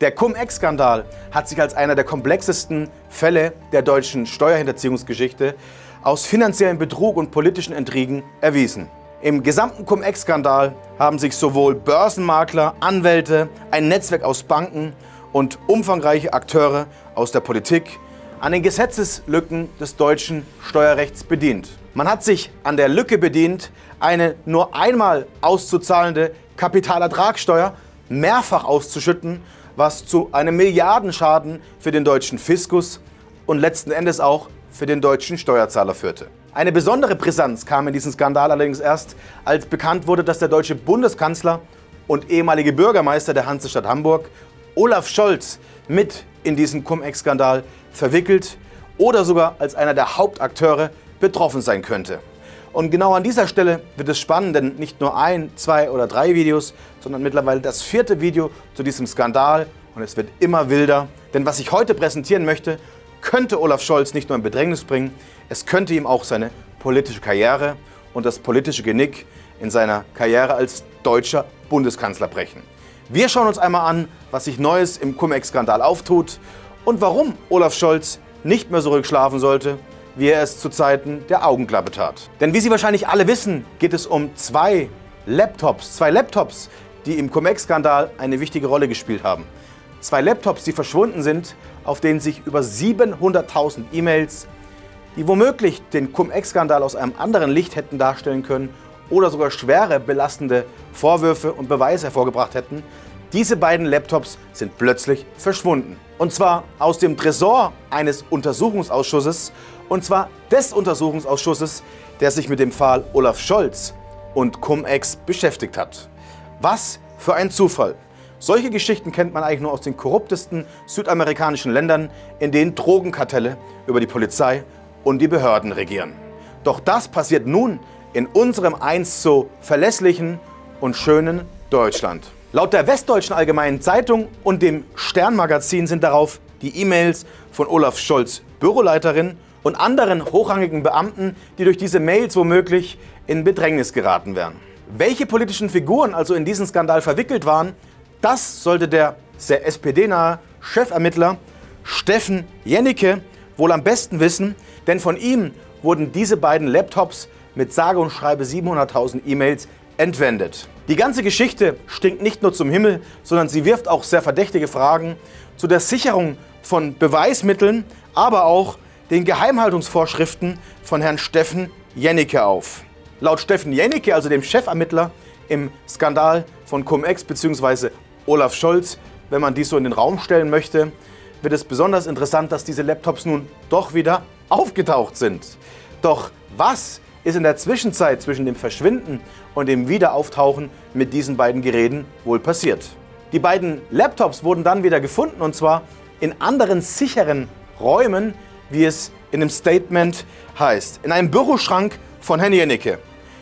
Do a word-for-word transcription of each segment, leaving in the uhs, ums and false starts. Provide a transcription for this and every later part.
Der Cum-Ex-Skandal hat sich als einer der komplexesten Fälle der deutschen Steuerhinterziehungsgeschichte aus finanziellem Betrug und politischen Intrigen erwiesen. Im gesamten Cum-Ex-Skandal haben sich sowohl Börsenmakler, Anwälte, ein Netzwerk aus Banken und umfangreiche Akteure aus der Politik an den Gesetzeslücken des deutschen Steuerrechts bedient. Man hat sich an der Lücke bedient, eine nur einmal auszuzahlende Kapitalertragssteuer mehrfach auszuschütten, was zu einem Milliardenschaden für den deutschen Fiskus und letzten Endes auch für den deutschen Steuerzahler führte. Eine besondere Brisanz kam in diesen Skandal allerdings erst, als bekannt wurde, dass der deutsche Bundeskanzler und ehemalige Bürgermeister der Hansestadt Hamburg, Olaf Scholz, mit in diesen Cum-Ex-Skandal verwickelt oder sogar als einer der Hauptakteure betroffen sein könnte. Und genau an dieser Stelle wird es spannend, denn nicht nur ein, zwei oder drei Videos, sondern mittlerweile das vierte Video zu diesem Skandal und es wird immer wilder. Denn was ich heute präsentieren möchte, könnte Olaf Scholz nicht nur in Bedrängnis bringen, es könnte ihm auch seine politische Karriere und das politische Genick in seiner Karriere als deutscher Bundeskanzler brechen. Wir schauen uns einmal an, was sich Neues im Cum-Ex-Skandal auftut und warum Olaf Scholz nicht mehr so ruhig schlafen sollte, wie er es zu Zeiten der Augenklappe tat. Denn wie Sie wahrscheinlich alle wissen, geht es um zwei Laptops, zwei Laptops, die im Cum-Ex-Skandal eine wichtige Rolle gespielt haben. Zwei Laptops, die verschwunden sind, auf denen sich über siebenhunderttausend E-Mails, die womöglich den Cum-Ex-Skandal aus einem anderen Licht hätten darstellen können oder sogar schwere belastende Vorwürfe und Beweise hervorgebracht hätten, diese beiden Laptops sind plötzlich verschwunden. Und zwar aus dem Tresor eines Untersuchungsausschusses, und zwar des Untersuchungsausschusses, der sich mit dem Fall Olaf Scholz und Cum-Ex beschäftigt hat. Was für ein Zufall! Solche Geschichten kennt man eigentlich nur aus den korruptesten südamerikanischen Ländern, in denen Drogenkartelle über die Polizei und die Behörden regieren. Doch das passiert nun in unserem einst so verlässlichen und schönen Deutschland. Laut der Westdeutschen Allgemeinen Zeitung und dem Stern-Magazin sind darauf die E-Mails von Olaf Scholz' Büroleiterin und anderen hochrangigen Beamten, die durch diese Mails womöglich in Bedrängnis geraten wären. Welche politischen Figuren also in diesen Skandal verwickelt waren, das sollte der sehr S P D-nahe Chefermittler Steffen Jennecke wohl am besten wissen, denn von ihm wurden diese beiden Laptops mit sage und schreibe siebenhunderttausend E-Mails entwendet. Die ganze Geschichte stinkt nicht nur zum Himmel, sondern sie wirft auch sehr verdächtige Fragen zu der Sicherung von Beweismitteln, aber auch den Geheimhaltungsvorschriften von Herrn Steffen Jennecke auf. Laut Steffen Jennecke, also dem Chefermittler im Skandal von Cum-Ex bzw. Olaf Scholz, wenn man dies so in den Raum stellen möchte, wird es besonders interessant, dass diese Laptops nun doch wieder aufgetaucht sind. Doch was ist in der Zwischenzeit zwischen dem Verschwinden und dem Wiederauftauchen mit diesen beiden Geräten wohl passiert? Die beiden Laptops wurden dann wieder gefunden, und zwar in anderen sicheren Räumen, wie es in dem Statement heißt, in einem Büroschrank von Herrn Jennecke.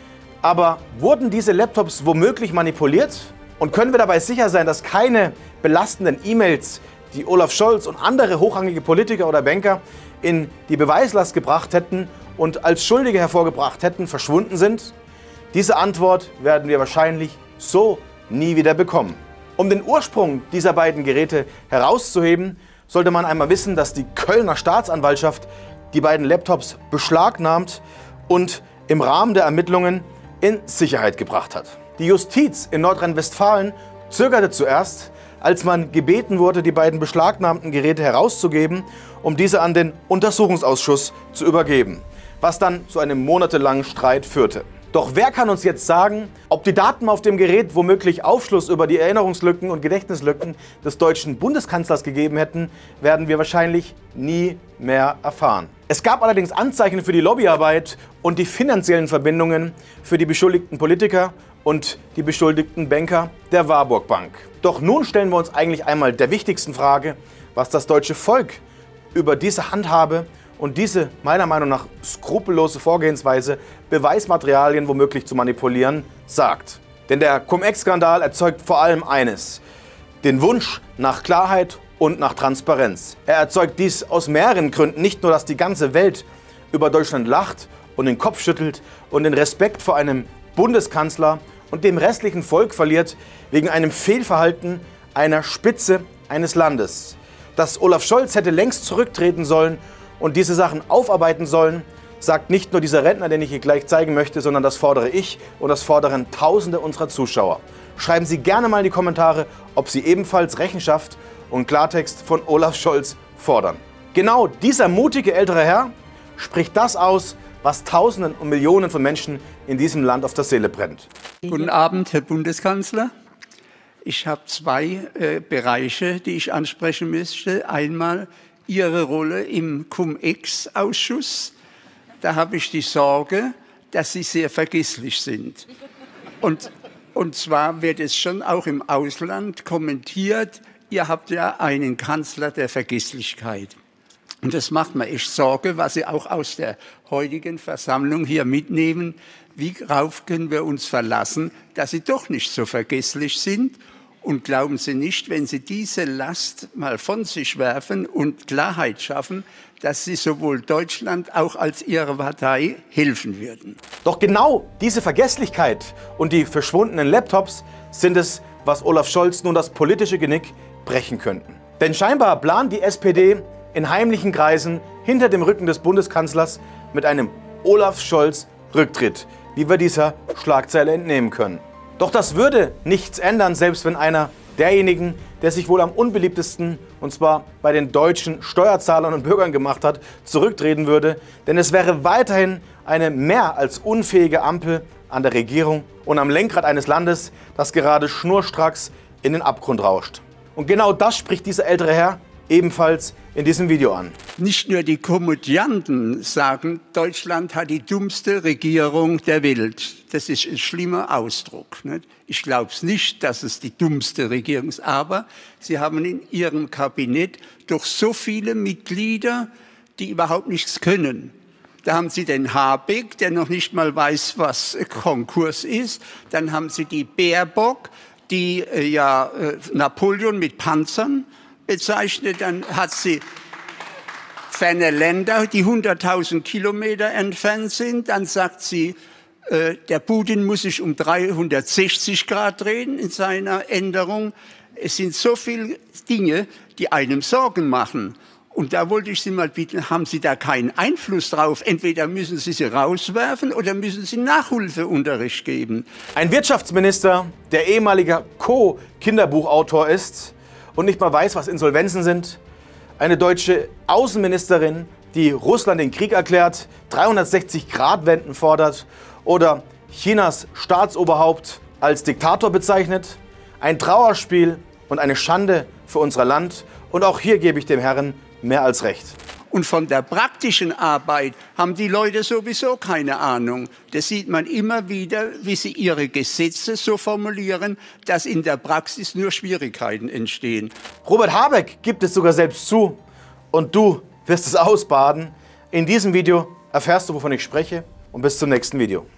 Aber wurden diese Laptops womöglich manipuliert? Und können wir dabei sicher sein, dass keine belastenden E-Mails, die Olaf Scholz und andere hochrangige Politiker oder Banker in die Beweislast gebracht hätten und als Schuldige hervorgebracht hätten, verschwunden sind? Diese Antwort werden wir wahrscheinlich so nie wieder bekommen. Um den Ursprung dieser beiden Geräte herauszuheben, sollte man einmal wissen, dass die Kölner Staatsanwaltschaft die beiden Laptops beschlagnahmt und im Rahmen der Ermittlungen in Sicherheit gebracht hat. Die Justiz in Nordrhein-Westfalen zögerte zuerst, als man gebeten wurde, die beiden beschlagnahmten Geräte herauszugeben, um diese an den Untersuchungsausschuss zu übergeben, was dann zu einem monatelangen Streit führte. Doch wer kann uns jetzt sagen, ob die Daten auf dem Gerät womöglich Aufschluss über die Erinnerungslücken und Gedächtnislücken des deutschen Bundeskanzlers gegeben hätten, werden wir wahrscheinlich nie mehr erfahren. Es gab allerdings Anzeichen für die Lobbyarbeit und die finanziellen Verbindungen für die beschuldigten Politiker und die beschuldigten Banker der Warburg Bank. Doch nun stellen wir uns eigentlich einmal der wichtigsten Frage, was das deutsche Volk über diese Handhabe und diese meiner Meinung nach skrupellose Vorgehensweise, Beweismaterialien womöglich zu manipulieren, sagt. Denn der Cum-Ex-Skandal erzeugt vor allem eines: den Wunsch nach Klarheit und nach Transparenz. Er erzeugt dies aus mehreren Gründen. Nicht nur, dass die ganze Welt über Deutschland lacht und den Kopf schüttelt und den Respekt vor einem Bundeskanzler und dem restlichen Volk verliert wegen einem Fehlverhalten einer Spitze eines Landes. Dass Olaf Scholz hätte längst zurücktreten sollen und diese Sachen aufarbeiten sollen, sagt nicht nur dieser Rentner, den ich hier gleich zeigen möchte, sondern das fordere ich und das fordern Tausende unserer Zuschauer. Schreiben Sie gerne mal in die Kommentare, ob Sie ebenfalls Rechenschaft und Klartext von Olaf Scholz fordern. Genau dieser mutige ältere Herr spricht das aus, was Tausenden und Millionen von Menschen in diesem Land auf der Seele brennt. Guten Abend, Herr Bundeskanzler. Ich habe zwei äh, Bereiche, die ich ansprechen möchte. Einmal Ihre Rolle im Cum-Ex-Ausschuss. Da habe ich die Sorge, dass Sie sehr vergesslich sind. Und, und zwar wird es schon auch im Ausland kommentiert, ihr habt ja einen Kanzler der Vergesslichkeit. Und das macht mir echt Sorge, was Sie auch aus der heutigen Versammlung hier mitnehmen. Wie rauf können wir uns verlassen, dass Sie doch nicht so vergesslich sind? Und glauben Sie nicht, wenn Sie diese Last mal von sich werfen und Klarheit schaffen, dass Sie sowohl Deutschland auch als Ihre Partei helfen würden? Doch genau diese Vergesslichkeit und die verschwundenen Laptops sind es, was Olaf Scholz nun das politische Genick brechen könnten. Denn scheinbar plant die S P D in heimlichen Kreisen hinter dem Rücken des Bundeskanzlers mit einem Olaf Scholz Rücktritt, wie wir dieser Schlagzeile entnehmen können. Doch das würde nichts ändern, selbst wenn einer derjenigen, der sich wohl am unbeliebtesten, und zwar bei den deutschen Steuerzahlern und Bürgern gemacht hat, zurücktreten würde. Denn es wäre weiterhin eine mehr als unfähige Ampel an der Regierung und am Lenkrad eines Landes, das gerade schnurstracks in den Abgrund rauscht. Und genau das spricht dieser ältere Herr ebenfalls in diesem Video an. Nicht nur die Komödianten sagen, Deutschland hat die dummste Regierung der Welt. Das ist ein schlimmer Ausdruck. Nicht? Ich glaube es nicht, dass es die dummste Regierung ist, aber sie haben in ihrem Kabinett doch so viele Mitglieder, die überhaupt nichts können. Da haben Sie den Habeck, der noch nicht mal weiß, was Konkurs ist. Dann haben Sie die Baerbock, die äh, ja äh, Napoleon mit Panzern bezeichnet. Dann hat sie ferne Länder, die hunderttausend Kilometer entfernt sind. Dann sagt sie, äh, der Putin muss sich um dreihundertsechzig Grad drehen in seiner Änderung. Es sind so viele Dinge, die einem Sorgen machen. Und da wollte ich Sie mal bitten, haben Sie da keinen Einfluss drauf? Entweder müssen Sie sie rauswerfen oder müssen Sie Nachhilfeunterricht geben. Ein Wirtschaftsminister, der ehemaliger Co-Kinderbuchautor ist und nicht mal weiß, was Insolvenzen sind. Eine deutsche Außenministerin, die Russland den Krieg erklärt, dreihundertsechzig Grad Wenden fordert oder Chinas Staatsoberhaupt als Diktator bezeichnet. Ein Trauerspiel und eine Schande für unser Land. Und auch hier gebe ich dem Herrn mehr als recht. Und von der praktischen Arbeit haben die Leute sowieso keine Ahnung. Das sieht man immer wieder, wie sie ihre Gesetze so formulieren, dass in der Praxis nur Schwierigkeiten entstehen. Robert Habeck gibt es sogar selbst zu und du wirst es ausbaden. In diesem Video erfährst du, wovon ich spreche, und bis zum nächsten Video.